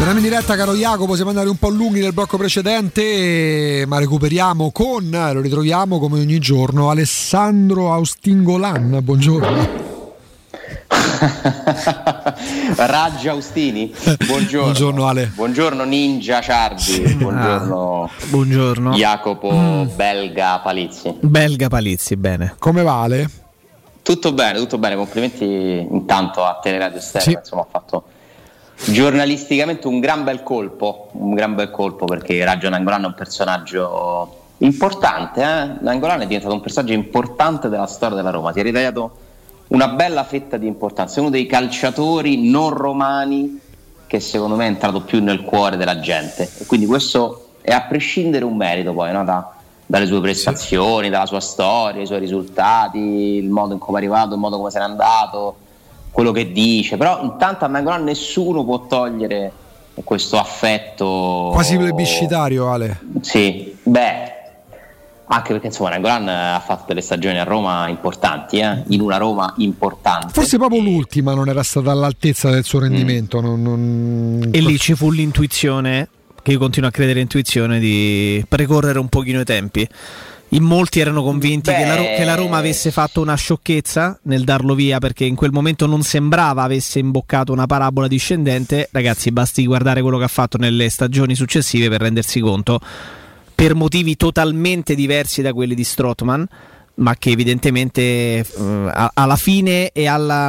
Torniamo in diretta, caro Jacopo, siamo andati un po' lunghi nel blocco precedente, ma recuperiamo lo ritroviamo come ogni giorno, Alessandro Austingolan, buongiorno. Raggi Austini, buongiorno. Buongiorno Ale. Buongiorno Ninja Ciardi, buongiorno. Buongiorno Jacopo Belga Palizzi, bene. Come va Ale? Tutto bene, complimenti intanto a Teleradio Stereo, sì. Insomma ha fatto giornalisticamente un gran bel colpo perché Raggio Nainggolan è un personaggio importante, Nainggolan è diventato un personaggio importante della storia della Roma, si è ritagliato una bella fetta di importanza, è uno dei calciatori non romani che secondo me è entrato più nel cuore della gente, e quindi questo è a prescindere un merito poi, no? Dalle sue prestazioni, dalla sua storia, i suoi risultati, il modo in come è arrivato, il modo come se n'è andato, quello che dice, però intanto a Nainggolan nessuno può togliere questo affetto quasi plebiscitario, Ale. Sì, anche perché insomma Nainggolan ha fatto delle stagioni a Roma importanti, in una Roma importante. Forse proprio l'ultima non era stata all'altezza del suo rendimento. E lì ci fu l'intuizione, che io continuo a credere intuizione, di precorrere un pochino i tempi. In molti erano convinti che la Roma avesse fatto una sciocchezza nel darlo via, perché in quel momento non sembrava avesse imboccato una parabola discendente. Ragazzi, basti guardare quello che ha fatto nelle stagioni successive per rendersi conto, per motivi totalmente diversi da quelli di Strootman, ma che evidentemente alla fine e alla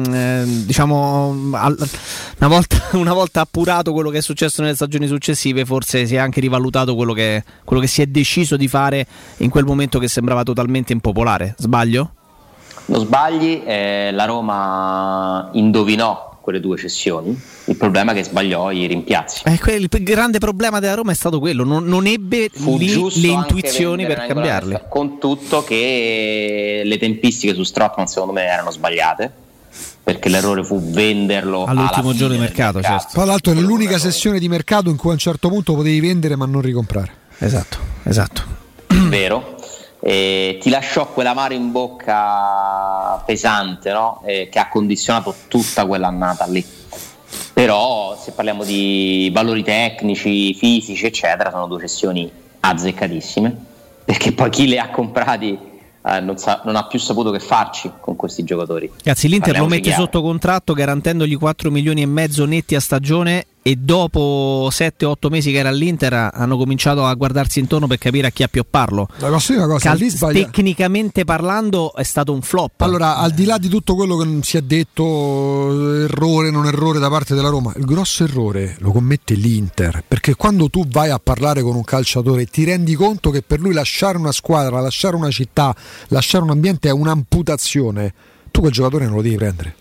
una volta appurato quello che è successo nelle stagioni successive, forse si è anche rivalutato quello che si è deciso di fare in quel momento, che sembrava totalmente impopolare. Sbaglio? Non sbagli, la Roma indovinò quelle due cessioni, il problema è che sbagliò i rimpiazzi. Il grande problema della Roma è stato quello, non ebbe le intuizioni per cambiarli. Con tutto che le tempistiche su Strootman secondo me erano sbagliate, perché l'errore fu venderlo all'ultimo giorno di mercato. Certo. Tra l'altro è l'unica sessione di mercato in cui a un certo punto potevi vendere ma non ricomprare. Esatto. Vero. Ti lasciò quell'amaro in bocca pesante, no? Che ha condizionato tutta quell'annata lì. Però se parliamo di valori tecnici, fisici eccetera, sono due cessioni azzeccatissime, perché poi chi le ha comprati non ha più saputo che farci con questi giocatori. Ragazzi, l'Inter lo mette sotto contratto garantendogli 4,5 milioni netti a stagione, e dopo 7-8 mesi che era all'Inter hanno cominciato a guardarsi intorno per capire a chi appiopparlo. Tecnicamente parlando è stato un flop. Allora, al di là di tutto quello che si è detto, errore non errore da parte della Roma, il grosso errore lo commette l'Inter, perché quando tu vai a parlare con un calciatore ti rendi conto che per lui lasciare una squadra, lasciare una città, lasciare un ambiente è un'amputazione. Tu quel giocatore non lo devi prendere.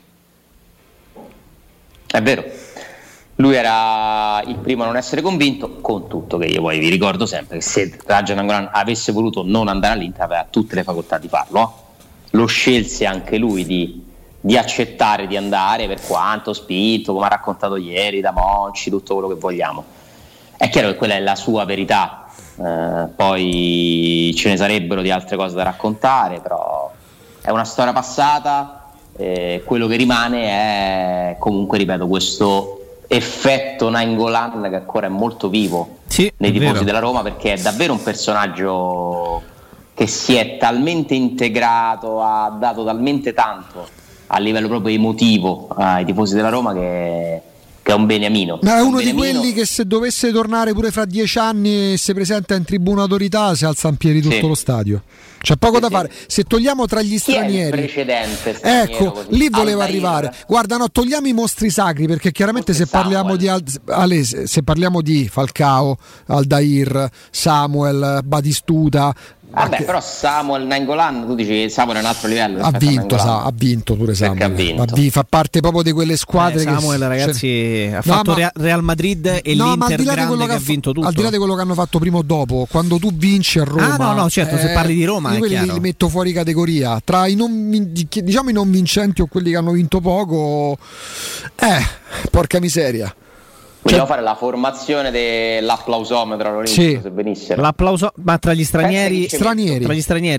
È vero. Lui era il primo a non essere convinto, con tutto che io poi vi ricordo sempre che se Raggio Nainggolan avesse voluto non andare all'Inter aveva tutte le facoltà di farlo. Lo scelse anche lui di accettare di andare, per quanto spinto, come ha raccontato ieri, da Monchi, tutto quello che vogliamo. È chiaro che quella è la sua verità, poi ce ne sarebbero di altre cose da raccontare, però è una storia passata. Quello che rimane è comunque, ripeto, questo effetto Nainggolan che ancora è molto vivo nei tifosi della Roma, perché è davvero un personaggio che si è talmente integrato, ha dato talmente tanto a livello proprio emotivo ai tifosi della Roma che è un beniamino. Ma è uno di quelli che se dovesse tornare pure fra 10 anni e si presenta in tribuna autorità si alza in piedi tutto lo stadio. C'è poco da fare. Se togliamo tra gli stranieri, precedente ecco, così, lì voleva arrivare. Guarda, no, togliamo i mostri sacri, perché chiaramente se parliamo se parliamo di Falcao, Aldair, Samuel, Batistuta. Vabbè, però Samuel Nainggolan, tu dici Samuel è un altro livello. Ha vinto pure Samuel. Fa parte proprio di quelle squadre Samuel, che ragazzi, ha fatto Real Madrid e l'Inter grande che ha vinto tutto. Al di là di quello che hanno fatto prima o dopo, quando tu vinci a Roma, certo, se parli di Roma, quelli li metto fuori categoria. Tra i non vincenti o quelli che hanno vinto poco, porca miseria. Vogliamo fare la formazione dell'applausometro all'Olimpico, se venissero. Ma tra gli stranieri? Tra gli stranieri?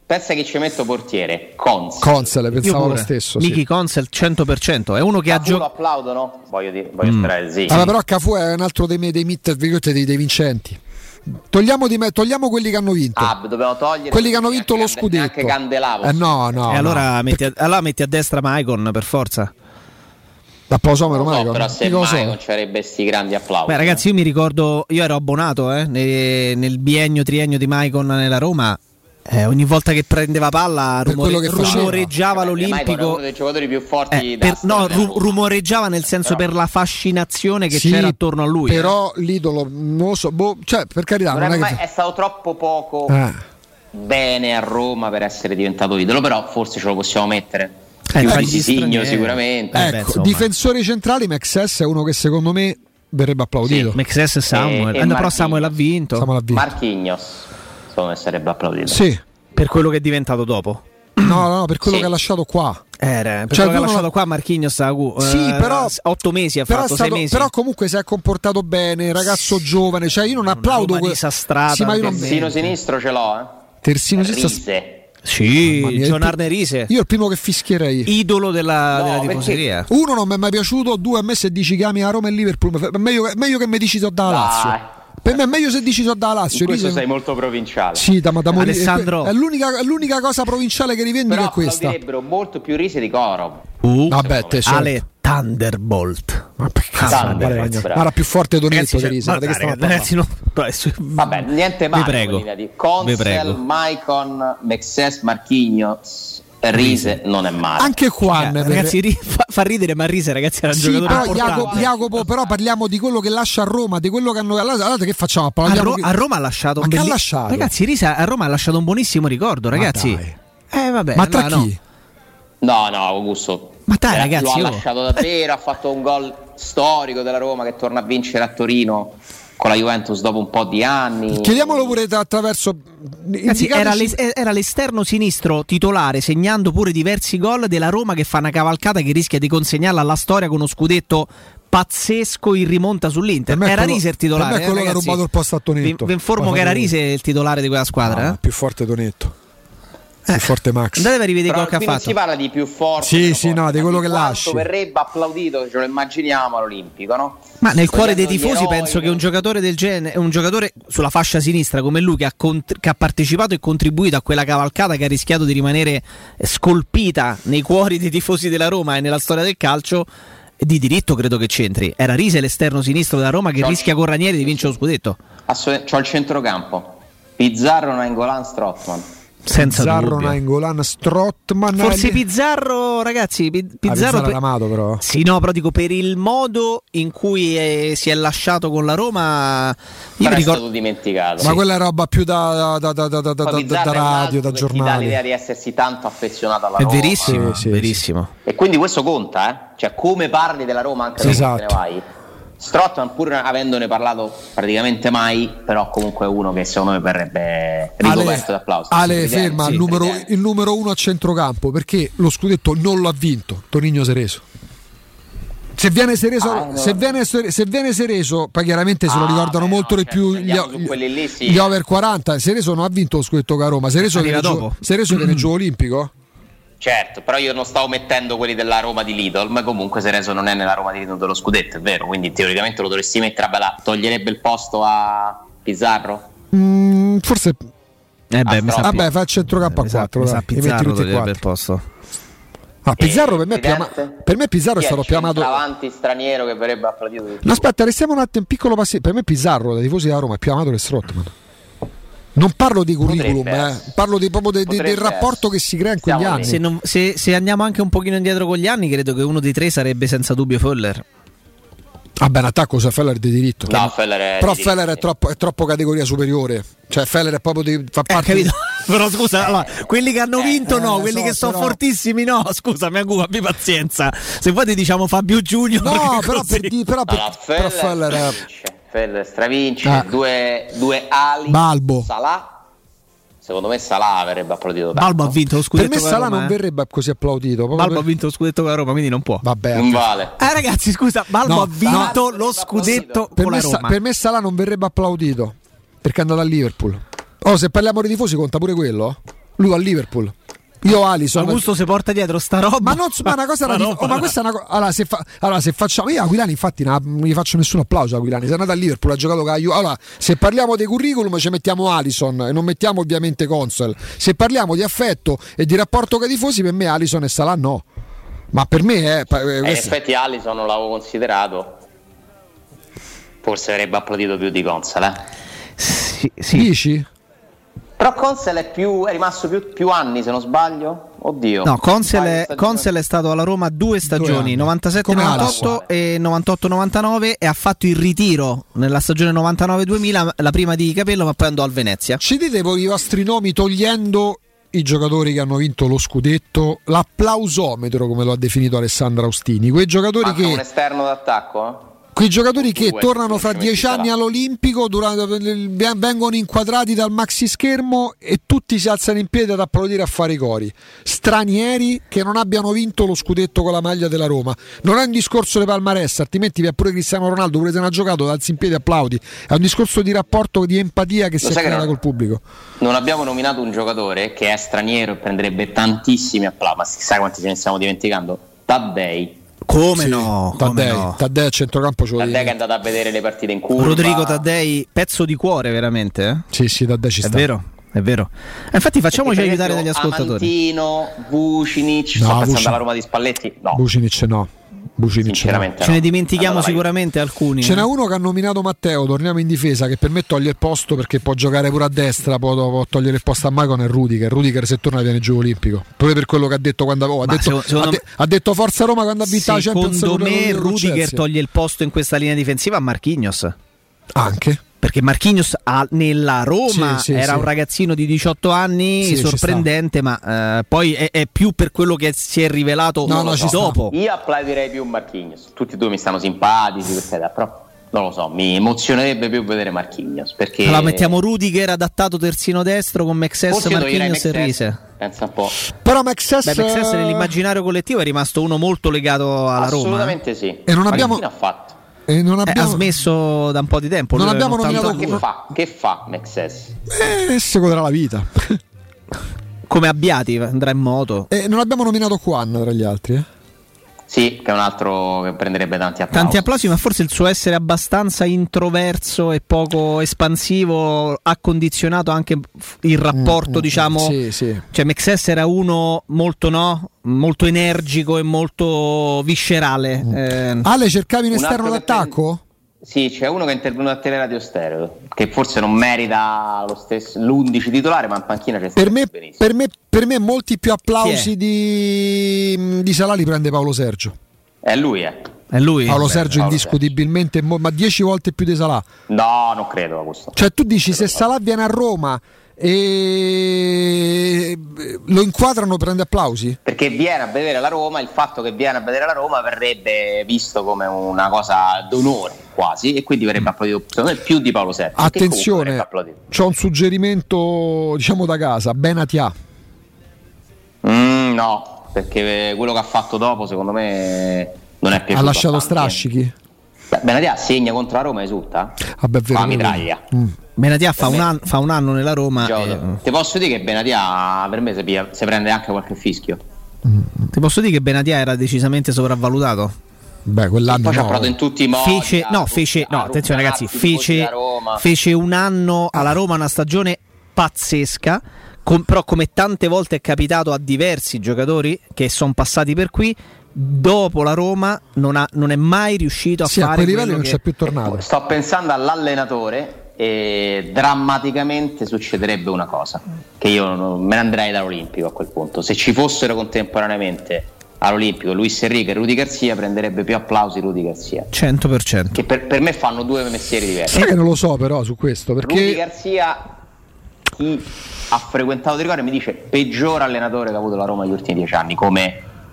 pensa che ci metto portiere Consel, pensavo lo stesso. Miki Consel 100%, è uno che ha giocato. Lo applaudono? Voglio sperare sì. Allora, però Cafu è un altro dei vincenti. Togliamo quelli che hanno vinto. Dobbiamo togliere quelli che hanno vinto lo scudetto. Anche Candelavo. No. E allora metti a destra Maicon per forza. L'applausomero Maicon. Però se Maicon c'erebbe sti grandi applausi. Beh, ragazzi, io mi ricordo, io ero abbonato nel triennio di Maicon nella Roma. Ogni volta che prendeva palla rumoreggiava l'Olimpico. È uno dei giocatori più forti rumoreggiava nel senso per la fascinazione che c'era attorno a lui. Però l'idolo non lo so, cioè per carità è stato troppo poco bene a Roma per essere diventato idolo, però forse ce lo possiamo mettere. Signo sicuramente. Ecco, difensori centrali Mexes è uno che secondo me verrebbe applaudito. Mexes e Samuel, però Samuel ha vinto. Marquinhos secondo me sarebbe applaudito. Sì. Per quello che è diventato dopo. No, per quello che ha lasciato qua. Per quello che ha lasciato qua Marquinhos però 8 mesi ha fatto 6 mesi. Però comunque si è comportato bene, ragazzo giovane, cioè io non applaudo terzino sinistro ce l'ho, terzino sinistro. Sì, John Arne Riise. Io il primo che fischierei. Idolo della tifoseria. Uno non mi è mai piaciuto, due a me se dici che ami a Roma e Liverpool, meglio che mi dici so da Lazio. Per me è meglio se dici so da Lazio. Questo sei molto provinciale. Sì, da Alessandro. È l'unica cosa provinciale che rivendico è questa. Però applaudirebbero molto più Rise di Coro. Vabbè, Ale Thunderbolt. Ma era più forte Donetto che Rise. Ragazzi, vabbè, niente male. Vi prego. Consel, Maicon, Mexes, Marquinhos. Rise non è male. Anche qua ragazzi fa ridere, ma Rise ragazzi era un giocatore importante. Jacopo, però parliamo di quello che lascia a Roma, di quello che hanno. Allora che facciamo? A Roma ha lasciato un lasciato? Ragazzi, Rise a Roma ha lasciato un buonissimo ricordo, ragazzi. Vabbè. Ma tra chi? No, Augusto. Ma dai, ragazzi, lo ha lasciato davvero, ha fatto un gol storico della Roma che torna a vincere a Torino con la Juventus dopo un po' di anni. Chiediamolo pure attraverso. Ragazzi, era l'esterno sinistro titolare, segnando pure diversi gol della Roma, che fa una cavalcata che rischia di consegnarla alla storia con uno scudetto pazzesco in rimonta sull'Inter. Era Rise il titolare. Per me quello che ha rubato il posto a Tonetto. Vi informo che era Rise il titolare di quella squadra. Più forte Tonetto. Più forte Max. Andate a rivedere quello che ha fatto. Non si parla di più forte. Sì, no, di quello che lasci. Verrebbe applaudito, ce lo immaginiamo all'Olimpico, no? Ma nel cuore dei tifosi penso che un giocatore del genere, un giocatore sulla fascia sinistra come lui, che ha partecipato e contribuito a quella cavalcata che ha rischiato di rimanere scolpita nei cuori dei tifosi della Roma e nella storia del calcio, di diritto credo che c'entri. Era Rise l'esterno sinistro della Roma che rischia con Ranieri di vincere lo scudetto. C'ho il centrocampo: Pizarro, Nainggolan, Strootman. Senza Pizarro, Nainggolan, Strootman. Forse Pizarro, ragazzi. Pizarro era amato, però. Sì, no, però dico per il modo in cui si è lasciato con la Roma. Io mi ricordo. È stato dimenticato. Ma quella è roba più da radio, da giornali. L'idea di essersi tanto affezionato alla Roma. È verissimo, verissimo. E quindi questo conta, eh? Cioè, come parli della Roma anche se te ne vai. Strootman, pur avendone parlato praticamente mai, però comunque è uno che secondo me verrebbe ricoperto d'applauso. Ale, ferma, il numero uno a centrocampo, perché lo scudetto non lo ha vinto Tonigno Cereso. Se viene Cereso, poi chiaramente se lo ricordano molto di più gli over 40. Cereso non ha vinto lo scudetto con Roma. Cereso viene giù olimpico. Certo, però io non stavo mettendo quelli della Roma di Lidl, ma comunque Cereso non è nella Roma di Lidl dello scudetto, è vero, quindi teoricamente lo dovresti mettere toglierebbe il posto a Pizarro? Forse vabbè, fa il centrocampo a 4, mi sa Pizarro toglierebbe il posto. Pizarro per me Pizarro è stato più amato. Avanti straniero che verrebbe applaudito. No, aspetta, restiamo un attimo, un piccolo passaggio. Per me Pizarro, dai tifosi della Roma, è più amato di Strootman. Non parlo di curriculum, parlo proprio del rapporto che si crea in quegli anni. Se andiamo anche un pochino indietro con gli anni, credo che uno dei tre sarebbe senza dubbio Föller. Vabbè, in attacco usa Feller di diritto. No, però Feller è troppo categoria superiore. Cioè Feller è proprio fa parte capito? Però scusa, allora, quelli che hanno vinto quelli che sono fortissimi no. Scusa, abbi pazienza. Se poi ti diciamo Fabio Giugno. No, però Feller stravince, due ali. Balbo. Salah. Secondo me Salah verrebbe applaudito tanto. Balbo ha vinto lo scudetto. Per me Salah non verrebbe così applaudito. Balbo ha vinto lo scudetto con la Roma, quindi non può. Vabbè. Non vale. Ragazzi, scusa, Balbo ha vinto lo scudetto con la Roma. Per me Salah non verrebbe applaudito perché è andato a Liverpool. Se parliamo di tifosi conta pure quello? Lui va al Liverpool. Io Alisson. Augusto si porta dietro sta roba. Ma non ma una cosa ma questa è una allora se facciamo io Aquilani, infatti non gli faccio nessun applauso a Aquilani. Se è andato al Liverpool, ha giocato con allora, se parliamo dei curriculum ci mettiamo Alisson e non mettiamo ovviamente Consel. Se parliamo di affetto e di rapporto con i tifosi, per me Alisson e Salah no. Ma per me in effetti Alisson non l'avevo considerato. Forse avrebbe applaudito più di Consel, Sì. Dici? Però Consel è rimasto più anni, se non sbaglio. Oddio. No, Consel è stato alla Roma 2 stagioni, 97-98 e 98-99, e ha fatto il ritiro nella stagione 99-2000, la prima di Capello, ma poi andò al Venezia. Ci dite voi i vostri nomi, togliendo i giocatori che hanno vinto lo scudetto, l'applausometro, come lo ha definito Alessandro Austini, quei giocatori che un esterno d'attacco? Quei giocatori che tornano fra 10 anni all'Olimpico, vengono inquadrati dal maxi schermo e tutti si alzano in piedi ad applaudire a fare i cori. Stranieri che non abbiano vinto lo scudetto con la maglia della Roma. Non è un discorso di palmarès, altrimenti vi è pure Cristiano Ronaldo, pure se non ha giocato, alzi in piedi e applaudi. È un discorso di rapporto, di empatia che si è creata col pubblico. Non abbiamo nominato un giocatore che è straniero e prenderebbe tantissimi applausi, ma sai quanti ce ne stiamo dimenticando? Taddei. Come no? Taddei a centrocampo Taddei che è andato a vedere le partite in curva. Rodrigo Taddei, pezzo di cuore veramente, Sì, Taddei ci sta. È vero. Infatti facciamoci aiutare dagli ascoltatori. Amantino, Vucinic, sto pensando alla Roma di Spalletti. No. Vucinic no. Sinceramente ce ne dimentichiamo sicuramente alcuni. Ce n'è uno che ha nominato Matteo, torniamo in difesa, che per me toglie il posto perché può giocare pure a destra, può togliere il posto a Maicon, è Rudiger se torna viene giù olimpico, proprio per quello che ha detto quando ha detto Forza Roma quando ha vinto la Champions. Secondo me Rudiger toglie il posto in questa linea difensiva a Marquinhos, anche perché Marquinhos nella Roma era un ragazzino di 18 anni, sorprendente, ma poi è più per quello che si è rivelato dopo. Io applaudirei più Marquinhos, tutti e due mi stanno simpatici, però non lo so, mi emozionerebbe più vedere Marquinhos, perché allora mettiamo Rudiger adattato terzino destro con Mexes, Marquinhos e Riise. Pensa un po'. Però Mexes nell'immaginario collettivo è rimasto uno molto legato alla Roma. Assolutamente sì. E non abbiamo ha fatto. E non abbiamo... ha smesso da un po' di tempo. Non abbiamo nominato che fa Mexes? Si godrà la vita. Come Abbiati andrà in moto. Non abbiamo nominato Juan tra gli altri. Sì, che è un altro che prenderebbe tanti applausi. Ma forse il suo essere abbastanza introverso e poco espansivo ha condizionato anche il rapporto, diciamo. Sì. Cioè Mexes era uno molto energico e molto viscerale. Ale, cercavi un esterno d'attacco? Sì, c'è uno che è intervenuto a Teleradio Stereo, che forse non merita lo stesso l'11 titolare, ma in panchina c'è stato benissimo. Per me molti più applausi di Salah li prende Paolo Sergio. È lui. Paolo Sergio indiscutibilmente, ma 10 volte più di Salah. No, non credo a questo. Cioè tu dici se Salah viene a Roma e lo inquadrano, prende applausi? Perché viene a vedere la Roma, il fatto che viene a vedere la Roma verrebbe visto come una cosa d'onore quasi, e quindi verrebbe applaudito secondo me più di Paolo Sergio. Attenzione, c'ho un suggerimento diciamo da casa, Benatia. No, perché quello che ha fatto dopo secondo me non è piaciuto. Ha lasciato strascichi. Benatia segna contro la Roma, esulta? Vabbè, fa mitraglia. Benatia fa un anno nella Roma. Ti posso dire che Benatia per me si prende anche qualche fischio. Ti posso dire che Benatia era decisamente sopravvalutato. Beh, quell'anno poi ci ha provato in tutti i modi. Attenzione ragazzi, fece un anno alla Roma, una stagione pazzesca. Però come tante volte è capitato a diversi giocatori che sono passati per qui, dopo la Roma non è mai riuscito a fare a quei livelli, non c'è più tornato. Sto pensando all'allenatore e drammaticamente succederebbe una cosa, che io me ne andrei dall'Olimpico a quel punto. Se ci fossero contemporaneamente all'Olimpico Luis Enrique e Rudy Garcia, prenderebbe più applausi Rudy Garcia 100%, che per me fanno due mestieri diversi. Sai che non lo so però su questo, perché Rudy Garcia, chi ha frequentato di rigore mi dice peggior allenatore che ha avuto la Roma negli ultimi 10 anni come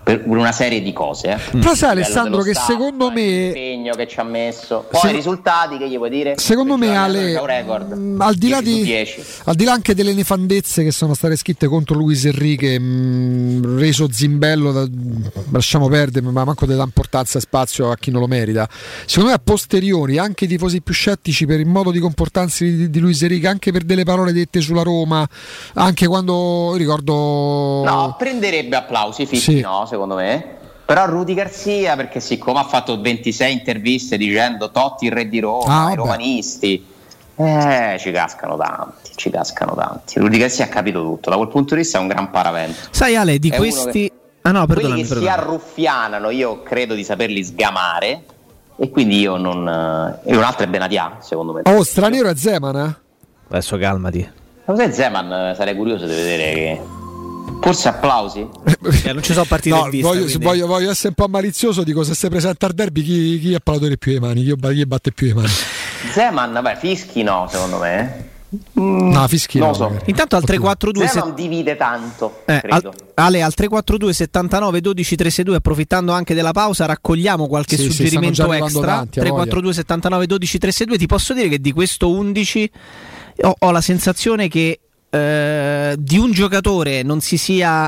per una serie di cose. Però sai Alessandro che secondo me l'impegno che ci ha messo, poi i risultati che gli vuoi dire? Secondo me Ale, al di là anche delle nefandezze che sono state scritte contro Luis Enrique, reso zimbello, lasciamo perdere, ma manco della importanza e spazio a chi non lo merita. Secondo me a posteriori anche i tifosi più scettici per il modo di comportarsi di Luis Enrique, anche per delle parole dette sulla Roma, anche quando ricordo prenderebbe applausi fischi, no, secondo me. Però Rudy Garcia, perché siccome ha fatto 26 interviste dicendo Totti il re di Roma, i romanisti, ci cascano tanti. Rudy Garcia ha capito tutto, da quel punto di vista è un gran paravento. Sai Ale, di questi quelli che si arruffianano, io credo di saperli sgamare, e quindi io non e un altro è Benatia, secondo me. Straniero è Zeman, Adesso calmati. Ma cos'è Zeman? Sarei curioso di vedere che forse applausi? Non ci sono partite in vista, voglio essere un po' malizioso, dico se si presenta al derby chi è pallatore più le mani, chi batte più le mani. Zeman, fischi no, secondo me. No, fischi non no. So. Intanto al 342 Zeman divide tanto, credo. Ale al 342 79 12 362, approfittando anche della pausa, raccogliamo qualche suggerimento extra. 342 79 12 362. Ti posso dire che di questo 11 ho la sensazione che di un giocatore non si sia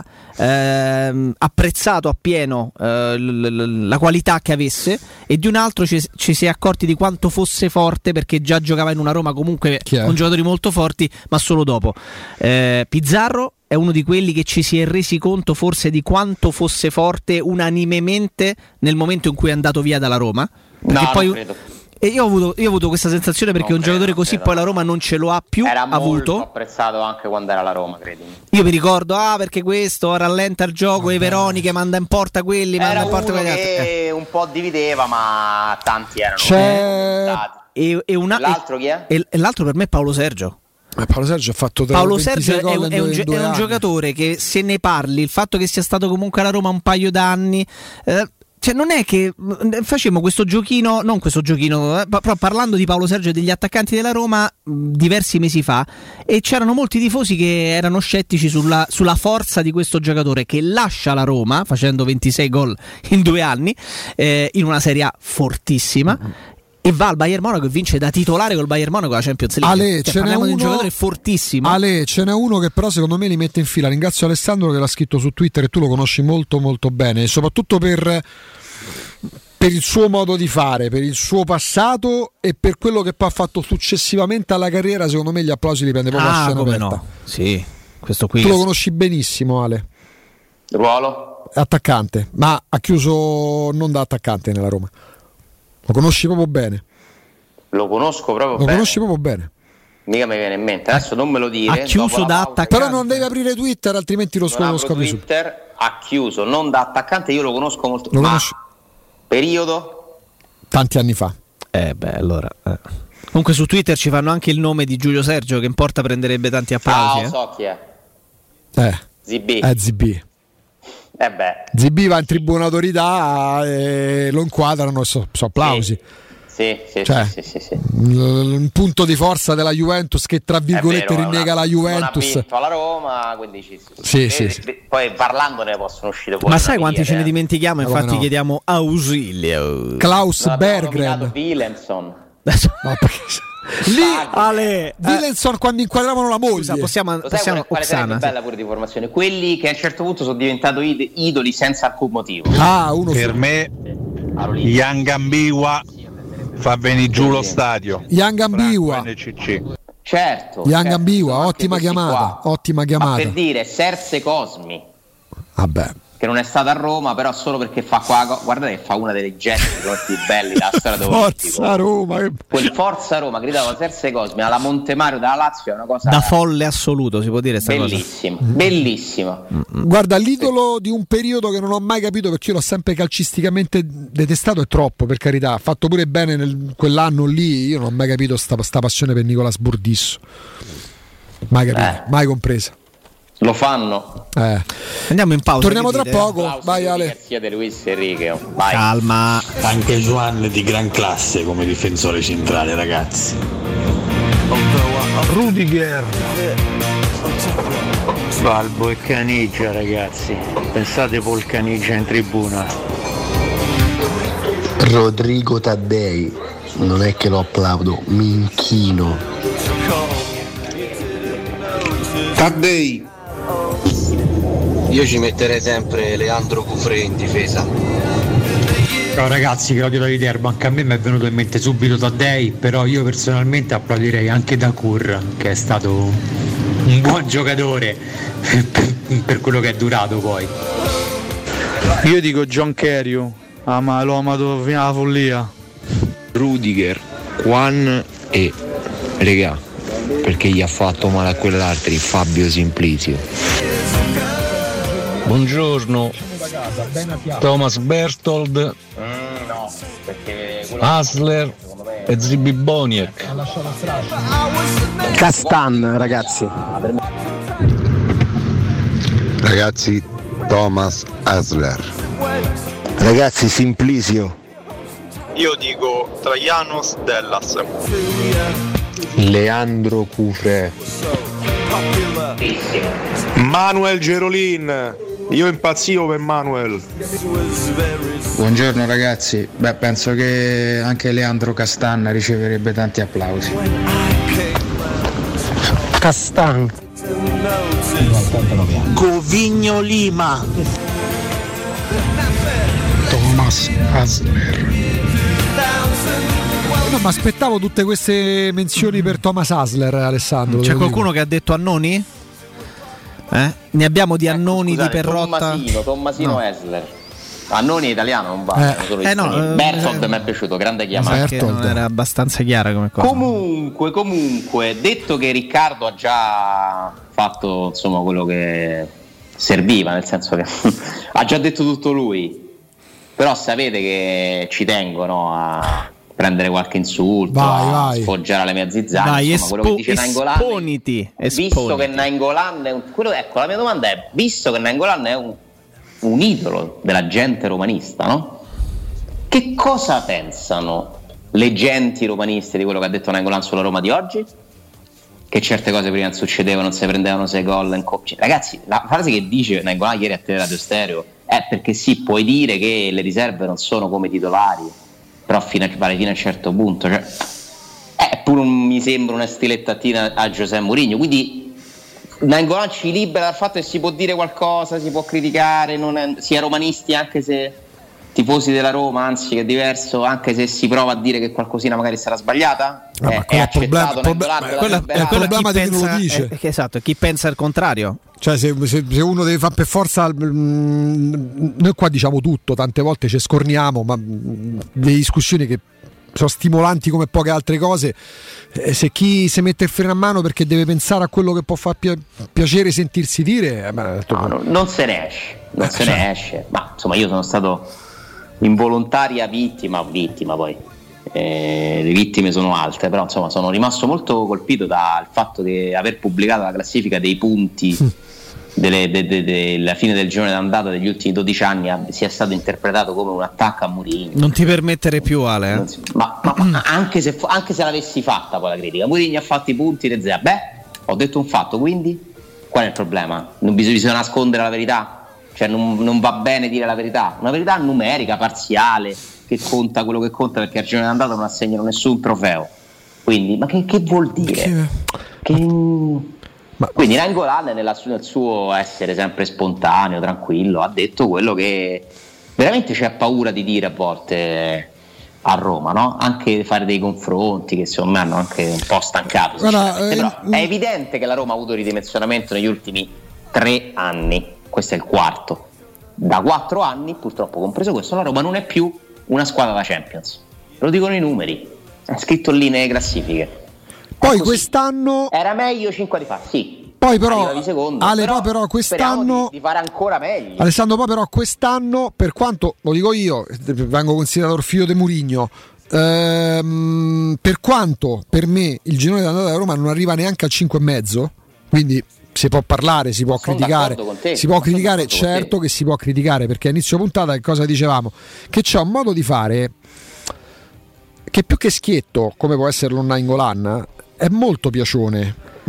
apprezzato appieno la qualità che avesse, e di un altro ci si è accorti di quanto fosse forte, perché già giocava in una Roma comunque con giocatori molto forti, ma solo dopo. Pizarro è uno di quelli che ci si è resi conto forse di quanto fosse forte unanimemente nel momento in cui è andato via dalla Roma, perché poi non credo. E io ho avuto questa sensazione perché un giocatore così poi la Roma non ce lo ha più avuto. Molto apprezzato anche quando era la Roma, credimi. Io mi ricordo perché questo rallenta il gioco, e Veroni che manda in porta quelli, manda in porta quegli altri. Un po' divideva, ma tanti erano l'altro chi è? E l'altro per me è Paolo Sergio. Paolo Sergio ha fatto Paolo Sergio è un giocatore che, se ne parli, il fatto che sia stato comunque alla Roma un paio d'anni, cioè non è che facevamo questo giochino, però parlando di Paolo Sergio e degli attaccanti della Roma diversi mesi fa, e c'erano molti tifosi che erano scettici sulla forza di questo giocatore che lascia la Roma facendo 26 gol in 2 anni, in una Serie A fortissima, e va al Bayern Monaco e vince da titolare col Bayern Monaco la Champions League. Parliamo di un giocatore fortissimo. Ale, ce n'è uno che però secondo me li mette in fila. Ringrazio Alessandro che l'ha scritto su Twitter, e tu lo conosci molto molto bene, e soprattutto per il suo modo di fare, per il suo passato e per quello che poi ha fatto successivamente alla carriera. Secondo me gli applausi li prende proprio a scena aperta. No? Sì, questo qui tu lo conosci benissimo, Ale. Ruolo? Attaccante, ma ha chiuso non da attaccante nella Roma. Lo conosci proprio bene. Lo conosco proprio bene. Lo conosci proprio bene. Mica mi viene in mente, adesso non me lo dire. Ha chiuso da attaccante. Però non devi aprire Twitter, altrimenti lo scopri su Twitter. Ha chiuso non da attaccante, io lo conosco molto. Lo conosci? Periodo? Tanti anni fa. Allora. Comunque su Twitter ci fanno anche il nome di Giulio Sergio, che in porta prenderebbe tanti applausi. So chi è. ZB. ZB. ZB va in tribuna autorità e lo inquadrano e so applausi. Sì. Un punto di forza della Juventus che tra virgolette rinnega la Juventus. Non ha vinto alla Roma, quindi sì. Poi parlandone possono uscire fuori. Ma sai quanti ce ne dimentichiamo? Infatti chiediamo ausilio. Klaus Berggren. Willemson. Willemson quando inquadravano la moglie. Possiamo quale sarebbe bella pure di formazione? Quelli che a un certo punto sono diventati idoli senza alcun motivo. Uno per me Yangambiwa fa venire giù lo stadio. Yangambiwa. Certo. Yangambiwa, ottima chiamata. Ma per dire Serse Cosmi. Vabbè. Che non è stata a Roma, però solo perché fa qua. Guardate che fa una delle gesti più belli della storia Forza Roma. Quel Forza Roma gridato da Serse Cosmi alla Montemario dalla Lazio è una cosa da folle assoluto, si può dire sta bellissima, cosa. Bellissima. Guarda, l'idolo di un periodo che non ho mai capito, perché io l'ho sempre calcisticamente detestato, è troppo, per carità, ha fatto pure bene quell'anno lì, io non ho mai capito sta passione per Nicolas Burdisso. Mai capito, mai compresa. Lo fanno. Andiamo in pausa. Torniamo tra poco. Vai Ale. De Luis Enrique. Vai. Calma. Anche Juan di gran classe come difensore centrale, ragazzi. Rudiger. Balbo e Caniggia, ragazzi. Pensate Paul Caniggia in tribuna. Rodrigo Taddei. Non è che lo applaudo, mi inchino. Taddei. Io ci metterei sempre Leandro Cufré in difesa. Ciao ragazzi, Claudio da Viterbo, anche a me mi è venuto in mente subito Taddei, però io personalmente applaudirei anche Dacour, che è stato un buon giocatore per quello che è durato poi. Io dico John Carew, ma l'ho amato fino alla follia. Rudiger, Juan e regà, perché gli ha fatto male a quell'altro, Fabio Simplicio. Buongiorno. Thomas Berthold, Hasler e Zibi Boniek. Castan, ragazzi. Ragazzi, Thomas Hasler. Ragazzi, Simplicio. Io dico Trajanos Dellas. Leandro Cufré. Manuel Gerolin. Io impazzivo per Manuel. Buongiorno ragazzi, penso che anche Leandro Castan riceverebbe tanti applausi. Castan. Covigno Lima. Thomas Hasler. No, ma aspettavo tutte queste menzioni per Thomas Hasler, Alessandro. C'è qualcuno che ha detto Annoni? Ne abbiamo di Annoni, di Perrotta. Tommasino Hasler. Annoni è italiano, non vale. Berthold mi è piaciuto, grande chiamata. Non era abbastanza chiara come cosa. Comunque, detto che Riccardo ha già fatto insomma quello che serviva, nel senso che ha già detto tutto lui. Però sapete che ci tengo, no, a prendere qualche insulto, a sfoggiare le mie zizzane. Vai, insomma, quello che dice Nainggolan, visto che Nainggolan è ecco, la mia domanda è: visto che Nainggolan è un idolo della gente romanista, no? Che cosa pensano le genti romaniste di quello che ha detto Nainggolan sulla Roma di oggi? Che certe cose prima non succedevano, non si prendevano 6 gol in coppia. Ragazzi, la frase che dice Nainggolan ieri a Radio Stereo è perché sì, puoi dire che le riserve non sono come i titolari, però vale fino a un certo punto, cioè, pure mi sembra una stilettatina a José Mourinho. Quindi Nainggolan ci libera dal fatto che si può dire qualcosa, si può criticare, si è romanisti anche se tifosi della Roma, anzi che è diverso, anche se si prova a dire che qualcosina magari sarà sbagliata. È accettato quello è il problema di chi non lo dice. Esatto, chi pensa il contrario. Cioè se uno deve fare per forza, noi qua diciamo tutto, tante volte ci scorniamo, ma le discussioni che sono stimolanti come poche altre cose, se chi si mette il freno a mano perché deve pensare a quello che può far piacere sentirsi dire, non se ne esce, ma insomma io sono stato involontaria vittima poi le vittime sono altre, però insomma sono rimasto molto colpito dal fatto di aver pubblicato la classifica dei punti della fine del girone d'andata degli ultimi 12 anni sia stato interpretato come un attacco a Mourinho. Non ti permettere più, Ale. Ma anche se l'avessi fatta poi la critica, Mourinho ha fatto i punti le zero. Ho detto un fatto, quindi qual è il problema? Non bisogna nascondere la verità, cioè non va bene dire la verità, una verità numerica, parziale, che conta quello che conta, perché al girone d'andata non assegnano nessun trofeo. Quindi, ma che vuol dire? Quindi Nainggolan nel suo essere sempre spontaneo, tranquillo, ha detto quello che veramente c'è paura di dire a volte a Roma, no? Anche fare dei confronti che secondo me hanno anche un po' stancato. Però è evidente che la Roma ha avuto ridimensionamento negli ultimi 3 anni, questo è il quarto. Da 4 anni, purtroppo compreso questo, la Roma non è più una squadra da Champions. Lo dicono i numeri, è scritto lì nelle classifiche. Poi quest'anno era meglio 5 anni fa, sì. Poi però secondo, Ale, però quest'anno di fare ancora meglio. Alessandro, poi però quest'anno, per quanto lo dico io, vengo considerato il figlio di Mourinho, per quanto per me il girone d'andata della Roma non arriva neanche al 5,5, quindi si può parlare, si può criticare, certo che si può criticare, perché a inizio puntata che cosa dicevamo? Che c'è un modo di fare che più che schietto, come può esserlo un Nainggolan, è molto piacione. A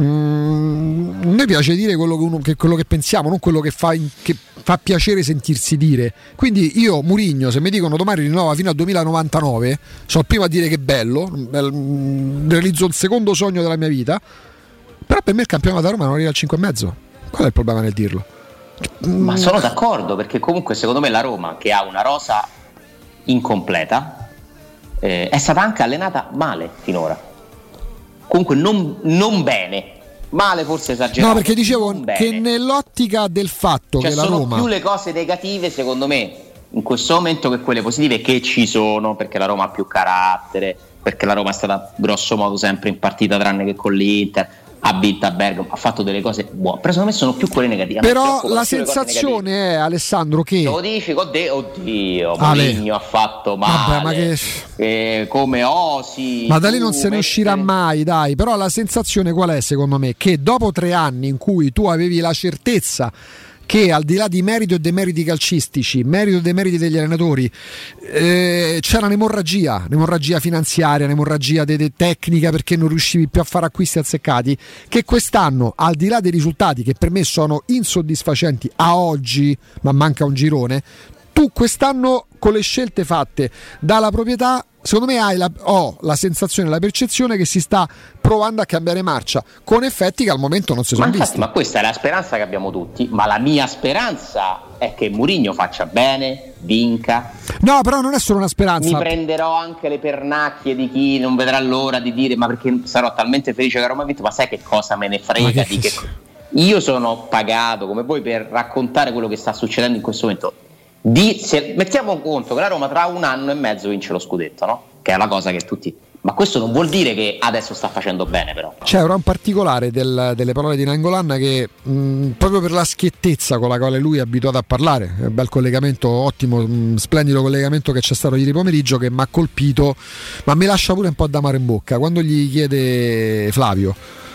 me piace dire quello che pensiamo, non quello che fa piacere sentirsi dire. Quindi io Mourinho, se mi dicono domani rinnova fino al 2099, so prima a dire che bello, realizzo il secondo sogno della mia vita. Però per me il campionato da Roma non arriva al 5,5. Qual è il problema nel dirlo? Ma sono d'accordo, perché comunque secondo me la Roma, che ha una rosa incompleta, è stata anche allenata male finora. Comunque non bene, male forse esagerato. No, perché dicevo che nell'ottica del fatto che la sono Roma, più le cose negative secondo me in questo momento che quelle positive, che ci sono, perché la Roma ha più carattere, perché la Roma è stata grosso modo sempre in partita tranne che con l'Inter, ha vinto a Bergamo, ha fatto delle cose buone, però secondo me sono più quelle negative. Però la sensazione è, Alessandro, che lo dici con te, oddio, Mourinho ha fatto male. Vabbè, ma come Osi, ma da lì non se ne uscirà mai, dai. Però la sensazione qual è, secondo me? Che dopo 3 anni in cui tu avevi la certezza che al di là di merito e demeriti calcistici, merito e demeriti degli allenatori, c'era un'emorragia finanziaria, un'emorragia tecnica, perché non riuscivi più a fare acquisti azzeccati, che quest'anno, al di là dei risultati che per me sono insoddisfacenti a oggi, ma manca un girone, tu quest'anno con le scelte fatte dalla proprietà, secondo me ho la sensazione, la percezione che si sta provando a cambiare marcia, con effetti che al momento non si sono visti. Ma questa è la speranza che abbiamo tutti, ma la mia speranza è che Mourinho faccia bene, vinca. No, però non è solo una speranza. Mi prenderò anche le pernacchie di chi non vedrà l'ora di dire, ma perché sarò talmente felice che Roma ha vinto, ma sai che cosa me ne frega di che... Io sono pagato come voi per raccontare quello che sta succedendo in questo momento. Mettiamo conto che la Roma tra 1 anno e mezzo vince lo scudetto, no? Che è la cosa che tutti... Ma questo non vuol dire che adesso sta facendo bene, però. C'è un particolare delle parole di Nainggolan che proprio per la schiettezza con la quale lui è abituato a parlare, bel collegamento, ottimo, splendido collegamento che c'è stato ieri pomeriggio, che mi ha colpito, ma mi lascia pure un po' d'amaro in bocca quando gli chiede Flavio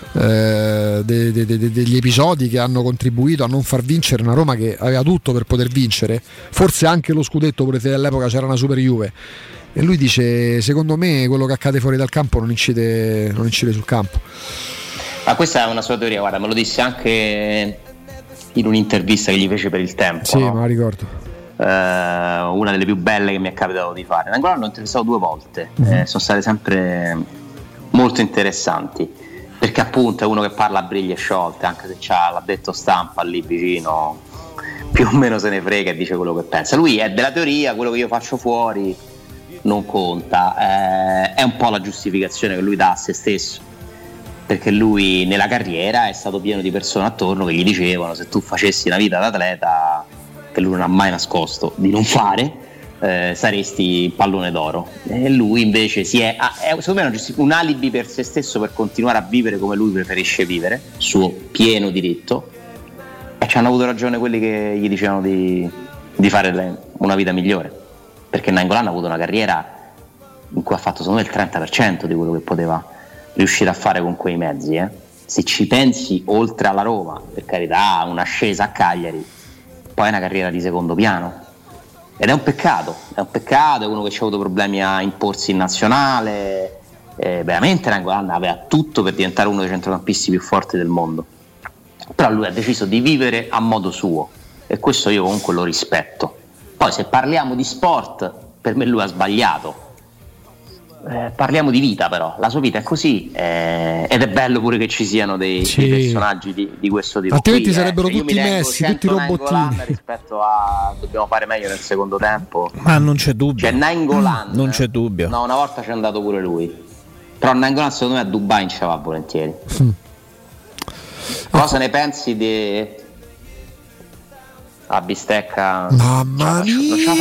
degli episodi che hanno contribuito a non far vincere una Roma che aveva tutto per poter vincere, forse anche lo scudetto, pure se all'epoca c'era una super Juve, e lui dice: secondo me quello che accade fuori dal campo non incide sul campo. Ma questa è una sua teoria, guarda, me lo disse anche in un'intervista che gli fece per Il Tempo. Sì, no? Me la ricordo. Una delle più belle che mi è capitato di fare. Ancora l'ho intervistato 2 volte, sono state sempre molto interessanti, perché appunto è uno che parla a briglie sciolte, anche se c'ha l'addetto stampa lì vicino, più o meno se ne frega e dice quello che pensa. Lui è della teoria, quello che io faccio fuori non conta, è un po' la giustificazione che lui dà a se stesso, perché lui nella carriera è stato pieno di persone attorno che gli dicevano: se tu facessi una vita d'atleta, che lui non ha mai nascosto di non fare, saresti pallone d'oro. E lui invece secondo me un alibi per se stesso per continuare a vivere come lui preferisce vivere, suo pieno diritto, e ci hanno avuto ragione quelli che gli dicevano di fare una vita migliore, perché Nainggolan ha avuto una carriera in cui ha fatto secondo me il 30% di quello che poteva riuscire a fare con quei mezzi, Se ci pensi, oltre alla Roma, per carità, un'ascesa a Cagliari, poi è una carriera di secondo piano, ed è un peccato, è uno che ci ha avuto problemi a imporsi in nazionale, veramente Nainggolan aveva tutto per diventare uno dei centrocampisti più forti del mondo, però lui ha deciso di vivere a modo suo, e questo io comunque lo rispetto. Poi se parliamo di sport, per me lui ha sbagliato. Parliamo di vita, però la sua vita è così, ed è bello pure che ci siano dei personaggi di questo tipo. Altrimenti sarebbero tutti Messi, tutti robottini. Rispetto a dobbiamo fare meglio nel secondo tempo. Ma non c'è dubbio. C'è Nainggolan. Non c'è dubbio. No, una volta c'è andato pure lui. Però Nainggolan secondo me a Dubai ci va volentieri. Cosa ne pensi di la bistecca? Mamma mia,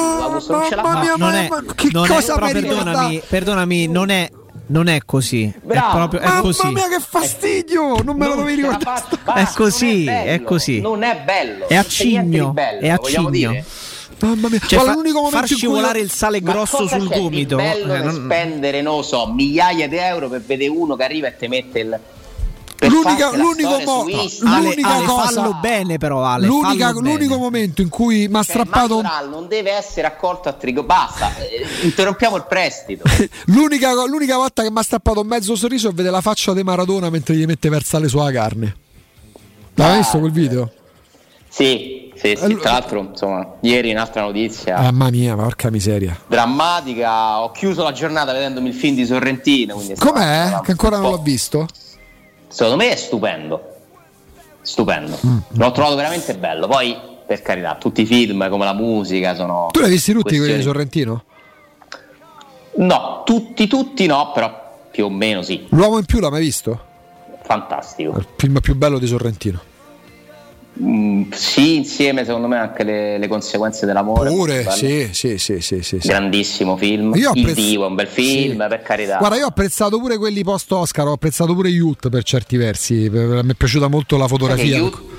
perdonami, non è così. Bravo. È così. Mamma mia, che fastidio! Non me lo dovevi ricordare. È così, è così. Non è bello. È a cigno. È a cigno. Mamma mia, cioè, l'unico momento far scivolare il sale grosso sul gomito. Bello spendere, non lo so, migliaia di euro per vedere uno che arriva e ti mette l'unica cosa, fallo bene però Ale, l'unico momento in cui mi ha strappato non deve essere accolto a Trigo, basta, interrompiamo il prestito. l'unica volta che mi ha strappato un mezzo sorriso è vedere la faccia di Maradona mentre gli mette versa le sua carne. L'hai visto quel video? Sì, tra l'altro insomma ieri un'altra notizia, mamma mia, porca miseria, drammatica. Ho chiuso la giornata vedendomi il film di Sorrentino, com'è? Che ancora non l'ho visto? Secondo me è stupendo. L'ho trovato veramente bello. Poi per carità, tutti i film come la musica sono... Tu li hai visti tutti quelli di Sorrentino? No, tutti no, però più o meno sì. L'uomo in più l'hai mai visto? Fantastico, il film più bello di Sorrentino. Sì, insieme secondo me anche le conseguenze dell'amore. Pure, sì. Grandissimo film. Il Divo è un bel film, per carità. Guarda, io ho apprezzato pure quelli post Oscar, ho apprezzato pure Youth per certi versi. Mi è piaciuta molto la fotografia.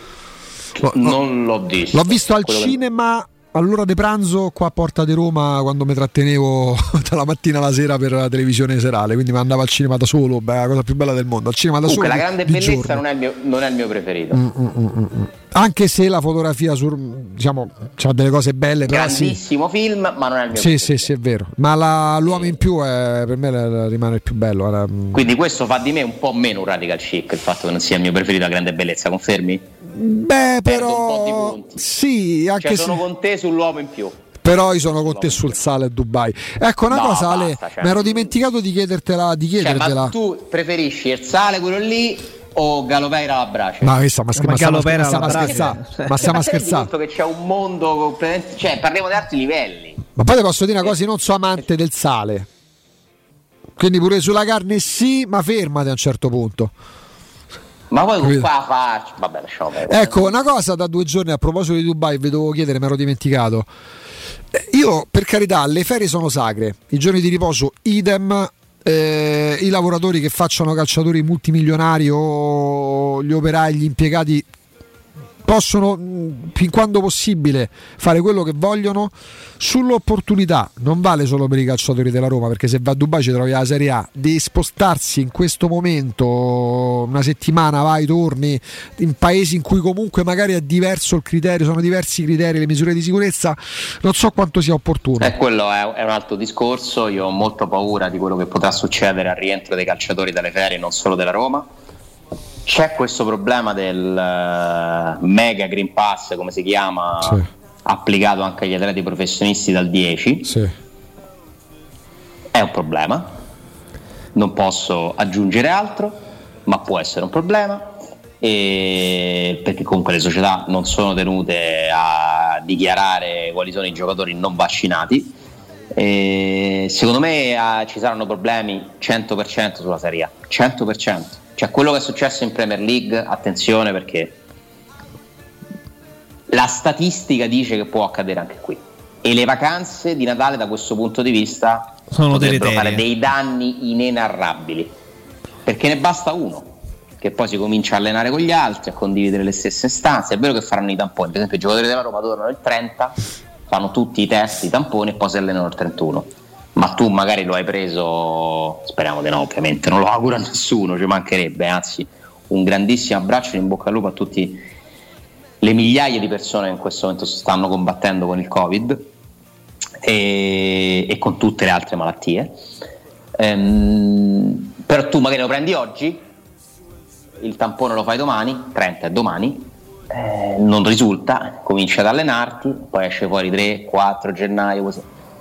Non l'ho visto. L'ho visto al cinema all'ora di pranzo qua a Porta di Roma, quando mi trattenevo dalla mattina alla sera per la televisione serale, quindi mi andavo al cinema da solo, la cosa più bella del mondo, al cinema da solo. La grande bellezza non è il mio preferito. Anche se la fotografia diciamo c'ha delle cose belle, però grandissimo film, ma non è il mio preferito. Sì, è vero. Ma l'uomo in più per me rimane il più bello. Quindi questo fa di me un po' meno un radical chic, il fatto che non sia il mio preferito la grande bellezza, confermi? Beh, però un po' di punti. Sì, anche sono con te sull'uomo in più. Però io sono con te sul sale a Dubai. Ecco una cosa, Ale, mi ero dimenticato di chiedertela. Ma tu preferisci il sale quello lì o Galopeira alla brace? Ma stiamo scherzando. Ma stiamo scherzando. Che c'è un mondo completamente, cioè parliamo di altri livelli. Ma poi ti posso dire una cosa, io non sono amante del sale. Quindi pure sulla carne sì, ma fermati a un certo punto. Ma poi qua faccio. Vabbè, lasciamo perdere. Ecco, una cosa da 2 giorni a proposito di Dubai, vi devo chiedere, mi ero dimenticato. Io, per carità, le ferie sono sacre, i giorni di riposo idem, i lavoratori che facciano calciatori multimilionari o gli operai, gli impiegati possono fin quando possibile fare quello che vogliono. Sull'opportunità non vale solo per i calciatori della Roma, perché se va a Dubai ci trovi la Serie A, di spostarsi in questo momento una settimana, vai, torni in paesi in cui comunque magari è diverso il criterio, sono diversi i criteri, le misure di sicurezza, non so quanto sia opportuno. Quello è un altro discorso. Io ho molto paura di quello che potrà succedere al rientro dei calciatori dalle ferie, non solo della Roma. C'è questo problema del mega Green Pass, come si chiama, sì, applicato anche agli atleti professionisti dal 10. Sì. È un problema, non posso aggiungere altro, ma può essere un problema, perché comunque le società non sono tenute a dichiarare quali sono i giocatori non vaccinati. Secondo me ci saranno problemi 100% sulla Serie A, 100%. Cioè quello che è successo in Premier League, attenzione, perché la statistica dice che può accadere anche qui, e le vacanze di Natale da questo punto di vista potrebbero fare dei danni inenarrabili, perché ne basta uno che poi si comincia a allenare con gli altri, a condividere le stesse stanze. È vero che faranno i tamponi, per esempio i giocatori della Roma tornano il 30, fanno tutti i test, i tamponi, e poi si allenano il 31. Ma tu magari lo hai preso, speriamo di no, ovviamente, non lo auguro a nessuno, ci mancherebbe, anzi un grandissimo abbraccio, in bocca al lupo a tutti le migliaia di persone che in questo momento stanno combattendo con il Covid e con tutte le altre malattie. Però tu magari lo prendi oggi, il tampone lo fai domani, 30 è domani, non risulta, cominci ad allenarti, poi esce fuori 3-4 gennaio, così.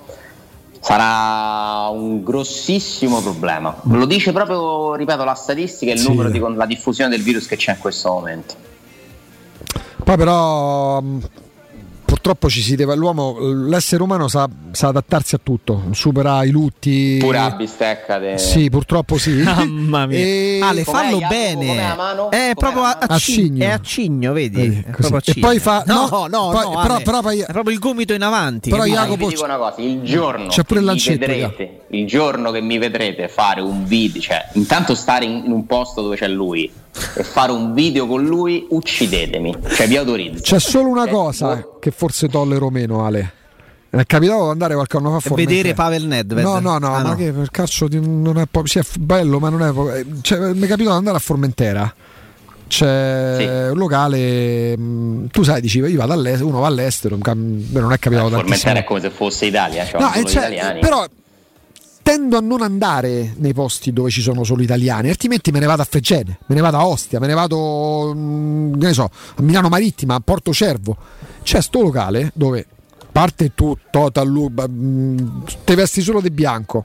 Sarà un grossissimo problema. Lo dice proprio, ripeto, la statistica e il numero di la diffusione del virus che c'è in questo momento. Poi però purtroppo l'uomo, l'essere umano sa adattarsi a tutto, supera i lutti. Pure a bistecca. Sì, purtroppo sì. Mamma mia. Ale, fallo bene. È proprio a cigno. È a cigno, vedi? È proprio a cigno. E poi fa però è proprio il gomito in avanti. Però Jacopo, vi dico una cosa, il giorno c'è pure il giorno che mi vedrete fare un video, cioè intanto stare in un posto dove c'è lui e fare un video con lui, uccidetemi, cioè vi autorizzo. C'è solo una cosa che forse tollero meno, Ale. È capitato di andare qualche anno fa a Formentera, vedere Pavel Nedved. No, ma che per calcio non è proprio, sì, è bello, ma non è proprio, cioè, mi è capitato di andare a Formentera c'è un locale, tu sai, dici io vado all'estero, uno va all'estero, non è capitato tantissimo. Formentera è come se fosse Italia, cioè solo italiani. Però tendo a non andare nei posti dove ci sono solo italiani, altrimenti me ne vado a Fregene, me ne vado a Ostia, me ne vado, che ne so, a Milano Marittima, a Porto Cervo. C'è sto locale dove parte tu total, te vesti solo di bianco,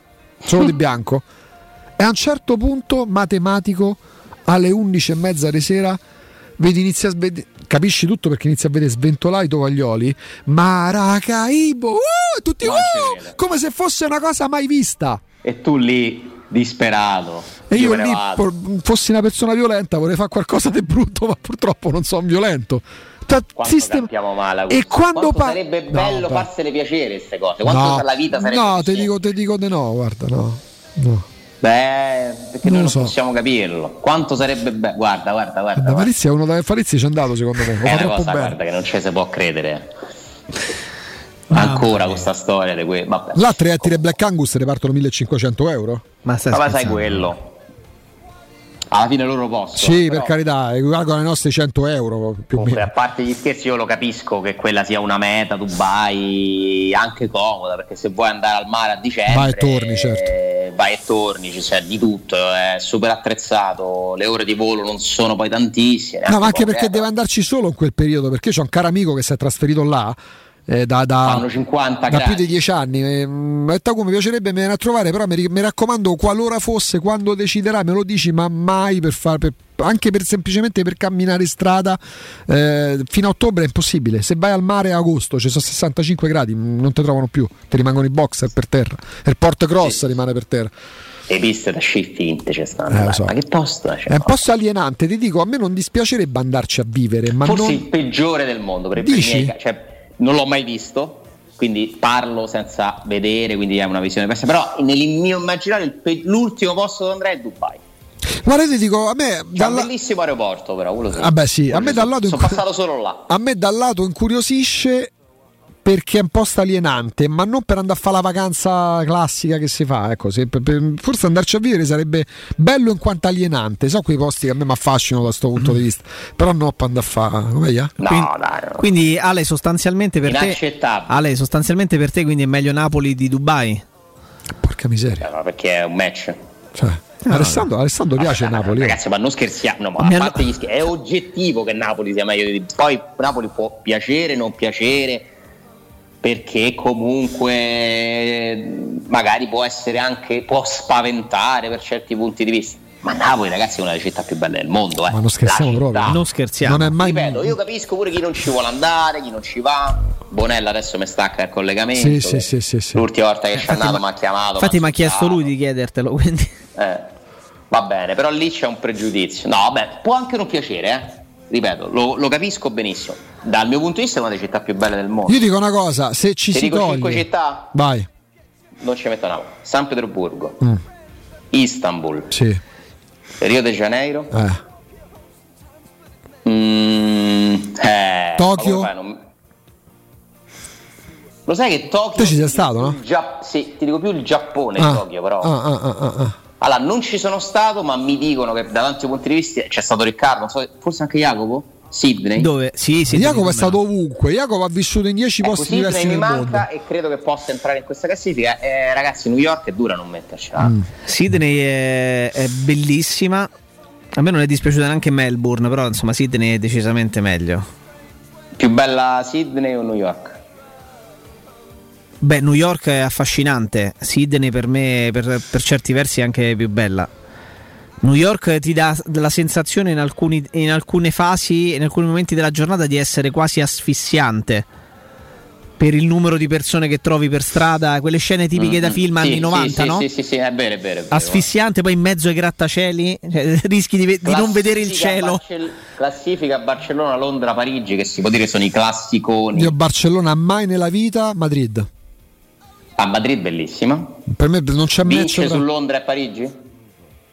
e a un certo punto matematico alle 11:30 di sera vedi, inizia capisci tutto, perché inizia a vedere sventolare i tovaglioli, Maracaibo, tutti come se fosse una cosa mai vista, e tu lì disperato, e io lì fossi una persona violenta vorrei fare qualcosa di brutto, ma purtroppo non sono violento. Campiamo male, e quando sarebbe bello farsele piacere queste cose, quanto la vita sarebbe te dico di no, guarda, no. Perché noi non possiamo capirlo. Quanto sarebbe bello. Guarda. Falizia è uno da Falizia, ci è andato secondo me. È una cosa, guarda, che non ci si può credere. Ancora questa storia di vabbè. Là 3 ettari Black Angus ne partono 1.500 euro. Ma sai quello? Alla fine loro possono. Sì, però, per carità, equivalgono ai nostri 100 euro più o meno. A parte gli scherzi, io lo capisco che quella sia una meta Dubai anche comoda, perché se vuoi andare al mare a dicembre vai e torni, certo. Vai e torni, c'è di tutto, è super attrezzato, le ore di volo non sono poi tantissime. No, ma anche perché deve andarci solo in quel periodo, perché c'ho un caro amico che si è trasferito là. Fanno 50 da più di 10 anni, mi piacerebbe venire a trovare, però mi raccomando, qualora fosse, quando deciderai me lo dici, ma mai anche semplicemente per camminare in strada fino a ottobre è impossibile. Se vai al mare a agosto ci sono 65 gradi, non ti trovano più, ti rimangono i boxer per terra, il porte cross rimane per terra. E piste da sci finte c'è stanno, so. Ma che posto è un posto alienante, ti dico, a me non dispiacerebbe andarci a vivere, ma forse il peggiore del mondo per dici? Non l'ho mai visto, quindi parlo senza vedere, quindi è una visione pessima. Però nel mio immaginario l'ultimo posto dove andrei è Dubai. Guarda, ti dico, a me c'è un bellissimo aeroporto, però quello sì. Vabbè, sì, a me dal lato sono passato solo là. A me dal lato incuriosisce perché è un posto alienante, ma non per andare a fare la vacanza classica che si fa, ecco, forse andarci a vivere sarebbe bello in quanto alienante. So quei posti che a me mi affascinano da questo punto di vista, però no, per andare a fare quindi Ale, sostanzialmente per te quindi è meglio Napoli di Dubai? Porca miseria, no, perché è un match, cioè Alessandro piace Napoli, ragazzi, ma non scherziamo, ma a parte è oggettivo che Napoli sia meglio di poi Napoli può piacere, non piacere, perché comunque magari può spaventare per certi punti di vista, ma Napoli, ragazzi, è una delle città più belle del mondo, ma non scherziamo proprio, non scherziamo, non è mai... ripeto, io capisco pure chi non ci vuole andare, chi non ci va. Bonella adesso mi stacca il collegamento, sì. L'ultima volta che ci è andato mi ha chiamato, infatti mi ha chiesto lui di chiedertelo, quindi va bene, però lì c'è un pregiudizio. No, vabbè, può anche non piacere, ripeto, lo capisco benissimo. Dal mio punto di vista è una delle città più belle del mondo. Io dico una cosa, se ci si dico toglie 5 città, vai, non ci metto Napoli. San Pietroburgo, Istanbul, sì. Rio de Janeiro, Tokyo. Lo sai che Tokyo, te ci sei stato, no? Sì, ti dico più il Giappone, Tokyo, però allora non ci sono stato, ma mi dicono che da tanti punti di vista c'è stato Riccardo, forse anche Jacopo, Sydney, dove? Sì, Jacopo è stato ovunque, Jacopo ha vissuto in 10 posti diversi nel mondo. Mi manca e credo che possa entrare in questa classifica. Ragazzi, New York è dura non mettercela. Sydney è bellissima, a me non è dispiaciuta neanche Melbourne, però insomma Sydney è decisamente meglio. Più bella Sydney o New York? Beh, New York è affascinante, Sydney per me per certi versi è anche più bella. New York ti dà la sensazione in alcune fasi, in alcuni momenti della giornata, di essere quasi asfissiante per il numero di persone che trovi per strada, quelle scene tipiche da film anni 90, no? Sì, è vero. Asfissiante, poi in mezzo ai grattacieli, cioè, rischi di non vedere il cielo. Classifica Barcellona, Londra, Parigi, che si può dire sono i classiconi. Io Barcellona mai nella vita, Madrid. A Madrid bellissima. Per me non c'è match su Londra e Parigi?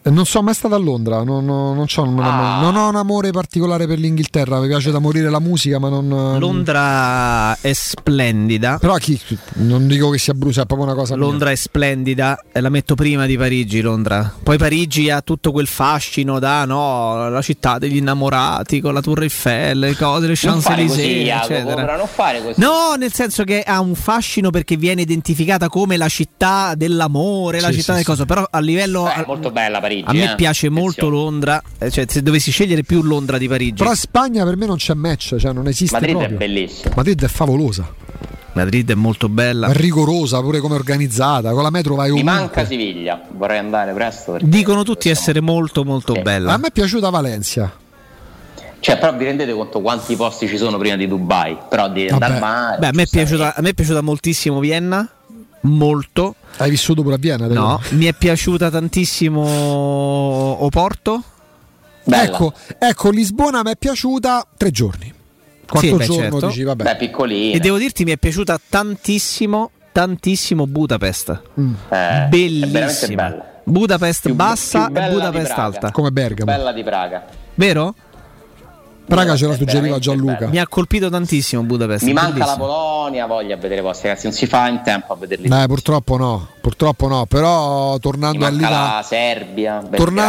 Non sono mai stato a Londra, non ho un amore particolare per l'Inghilterra, mi piace da morire la musica, ma non... Londra è splendida. Però non dico che sia brucia, è proprio una cosa Londra mia. è splendida, la metto prima di Parigi, Londra. Poi Parigi ha tutto quel fascino la città degli innamorati con la Tour Eiffel, le cose, le Champs-Élysées, eccetera. Non fare così. No, nel senso che ha un fascino perché viene identificata come la città dell'amore, la città del coso, però a livello è molto bella Parigi. A me piace molto Londra, cioè se dovessi scegliere più Londra di Parigi. Però Spagna per me non c'è match, cioè non esiste Madrid proprio. È bellissima. Madrid è favolosa. Madrid è molto bella. È rigorosa pure come organizzata, con la metro vai ovunque. Mi manca Siviglia, vorrei andare presto. Dicono tutti essere molto molto bella. A me è piaciuta Valencia. Cioè, però vi rendete conto quanti posti ci sono prima di Dubai? Però di andare al mare. Beh, a me è piaciuta moltissimo Vienna. Molto. Hai vissuto pure a Vienna? No, mi è piaciuta tantissimo Oporto. Ecco, Lisbona mi è piaciuta 3 giorni. 4 giorni certo. dici, vabbè. Beh, piccolina. E devo dirti mi è piaciuta tantissimo Budapest. Bellissima. Bella. Budapest più bassa più e Budapest alta. Come Bergamo. Bella di Praga. Vero? Praga ce la suggeriva Gianluca. Mi ha colpito tantissimo Budapest. Mi manca la Polonia, voglia a vedere posti, ragazzi, non si fa in tempo a vederli. Purtroppo no, però tornando all'Italia, la Serbia,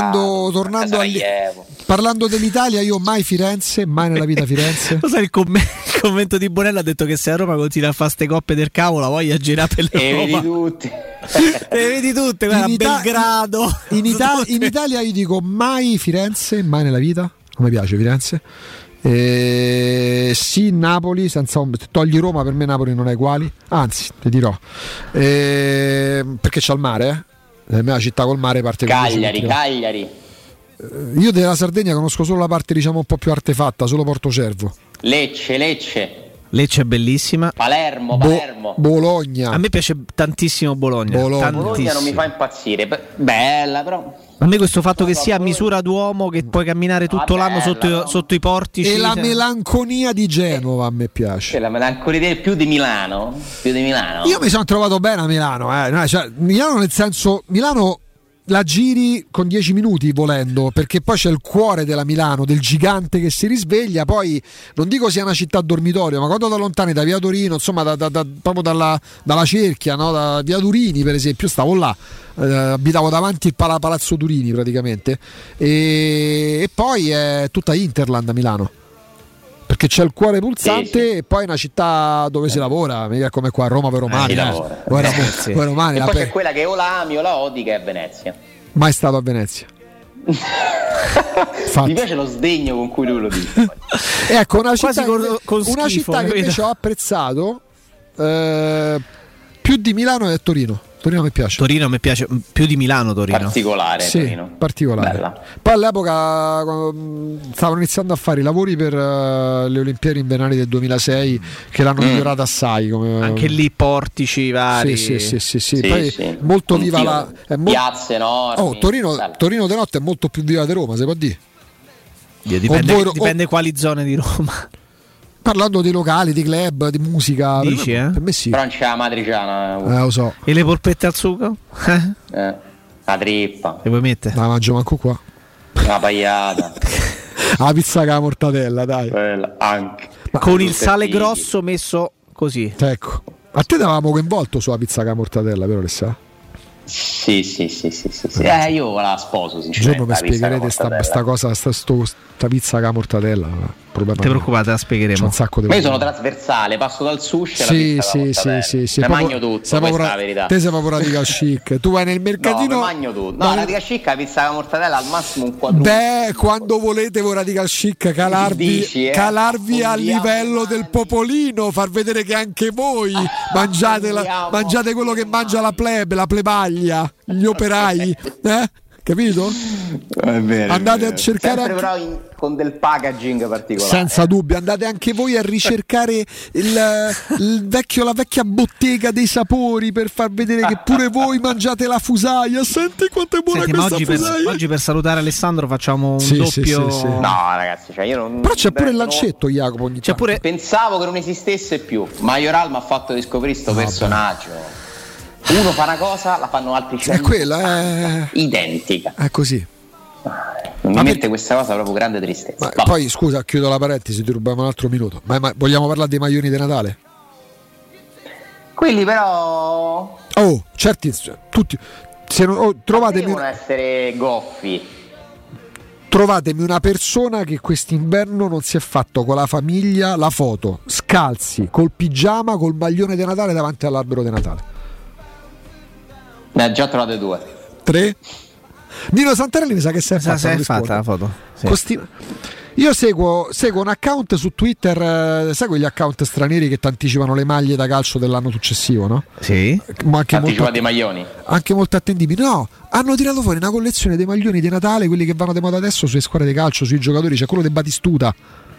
parlando dell'Italia, io mai Firenze, mai nella vita Firenze. Cosa il commento di Bonello ha detto che se a Roma continua a fare ste coppe del cavolo, la voglia girare per l'Europa. Vedi tutte, guarda, Belgrado. In Italia io dico mai Firenze, mai nella vita. Non mi piace Firenze. Sì, Napoli, togli Roma, per me Napoli non è uguali. Anzi, ti dirò. Perché c'ha il mare, La mia città col mare parte Cagliari. Io della Sardegna conosco solo la parte, diciamo, un po' più artefatta, solo Portocervo. Lecce è bellissima. Palermo. Bologna. A me piace tantissimo Bologna. Bologna non mi fa impazzire. Bella, però. A me questo fatto che sia a misura d'uomo, che puoi camminare tutto l'anno sotto i portici. E la melanconia di Genova a me piace. La melanconia più di Milano. Io mi sono trovato bene a Milano. Cioè, Milano nel senso, Milano la giri con 10 minuti volendo, perché poi c'è il cuore della Milano, del gigante che si risveglia. Poi non dico sia una città dormitorio, ma quando da lontani, da via Torino, insomma proprio dalla cerchia, no? Da via Turini per esempio, stavo là, abitavo davanti il palazzo Turini praticamente, e poi è tutta Interland a Milano, perché c'è il cuore pulsante. E poi è una città dove si lavora, mica come qua a Roma per Romani. E poi c'è quella che o la ami o la odi, che è Venezia. Mai stato a Venezia. Mi piace lo sdegno con cui lui lo dice. Ecco, una città che invece ho apprezzato più di Milano è Torino. Torino mi piace più di Milano. Particolare. Sì, Torino. Particolare. Bella. Poi all'epoca stavano iniziando a fare i lavori per le Olimpiadi invernali del 2006, che l'hanno migliorata assai. Anche lì portici vari. Sì. Poi molto viva piazze enormi. Torino di notte è molto più viva di Roma, si può dire. Dipende quali zone di Roma. Parlando di locali, di club, di musica. Dici, per me sì. Però non c'è la matriciana. Lo so. E le polpette al sugo? La trippa. Le vuoi mettere? La mangio manco qua. La pagliata. La pizza con la mortadella, dai. Quella, anche. Con il sale grosso messo così. Ecco. A te t'avevamo coinvolto sulla pizza con la mortadella, vero Alessà? Sì. Io la sposo, sinceramente. Un giorno mi spiegherete sta cosa, sta pizza con la mortadella. Non ti preoccupate, la spiegheremo. Ma io sono trasversale, passo dal sushi alla pizza. Sì. Ne mangio tutto, questa è la verità. Te sei proprio radical chic. Tu vai nel mercatino. No, mangio tutto. No, radical chic, la pizza con la mortadella al massimo un quadruple. Beh, quando volete voi radical chic calarvi a livello del popolino, far vedere che anche voi mangiate quello che mangia la plebe, la plebaglia, gli operai, capito? È vero. Andate a cercare sempre però con del packaging particolare. Senza dubbio, andate anche voi a ricercare la vecchia bottega dei sapori, per far vedere che pure voi mangiate la fusaia. Senti quanto è buona questa fusaia. Oggi per salutare Alessandro facciamo un doppio. Sì. No, ragazzi, cioè io non. Però c'è pure il lancetto, Jacopo. Pensavo che non esistesse più. Majoral mi ha fatto riscoprire questo personaggio. Uno fa una cosa, la fanno altri 100. È quella, identica. È così. Mi mette questa cosa proprio grande tristezza. Poi scusa, chiudo la parentesi, ti rubiamo un altro minuto. Ma vogliamo parlare dei maglioni di Natale? Quelli però certi tutti se non, trovatemi devono essere goffi. Trovatemi una persona che quest'inverno non si è fatto con la famiglia la foto scalzi, col pigiama, col maglione di Natale davanti all'albero di Natale. Ne ha già trovate 2. 3. Nino Santarelli mi sa che si è fatta la foto. Sì. Io seguo un account su Twitter, sai quegli account stranieri che ti anticipano le maglie da calcio dell'anno successivo, no? Sì. Ma anche anticipano dei maglioni. Anche molto attendibili. No, hanno tirato fuori una collezione dei maglioni di Natale, quelli che vanno di moda adesso sulle squadre di calcio, sui giocatori, c'è quello di Batistuta.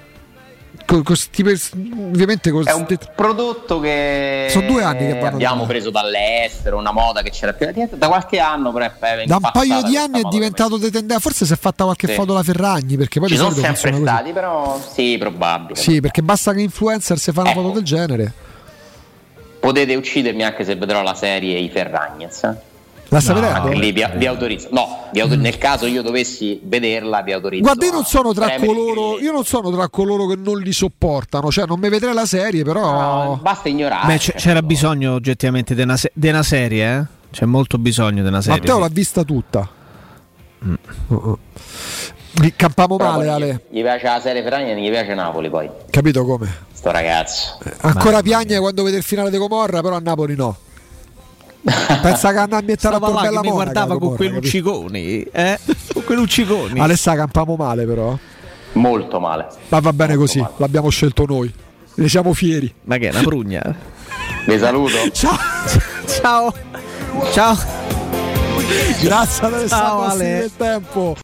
Ovviamente è un prodotto che sono 2 anni che abbiamo preso dall'estero, una moda che c'era più da qualche anno, però da un paio di anni è diventato tendenza. Forse si è fatta qualche foto alla Ferragni, perché poi ci sono sempre stati, però sì, probabile. Sì, perché basta che influencer si fa una foto del genere. Potete uccidermi anche se vedrò la serie I Ferragnez. La sta vedendo? Anche lì vi autorizzo. No, nel caso io dovessi vederla, vi autorizzo. Guarda, io non sono tra coloro che non li sopportano, cioè non mi vedrei la serie, però no, basta ignorare. C'era bisogno oggettivamente di una serie, eh? C'è molto bisogno di una serie. Matteo l'ha vista tutta. Campamo però male, Ale. Gli piace la serie Ferragni e gli piace Napoli poi. Capito come? Sto ragazzo. Ancora piagne quando vede il finale di Gomorra, però a Napoli no. Pensa che andava a ambientare a Torbella mi guardava con quei lucciconi, con quei lucciconi. Alessà, campamo male però. Molto male. Ma va bene molto così, male. L'abbiamo scelto noi. Ne siamo fieri. Ma che è una prugna? Vi saluto. Ciao. Grazie ad Alessandro del tempo.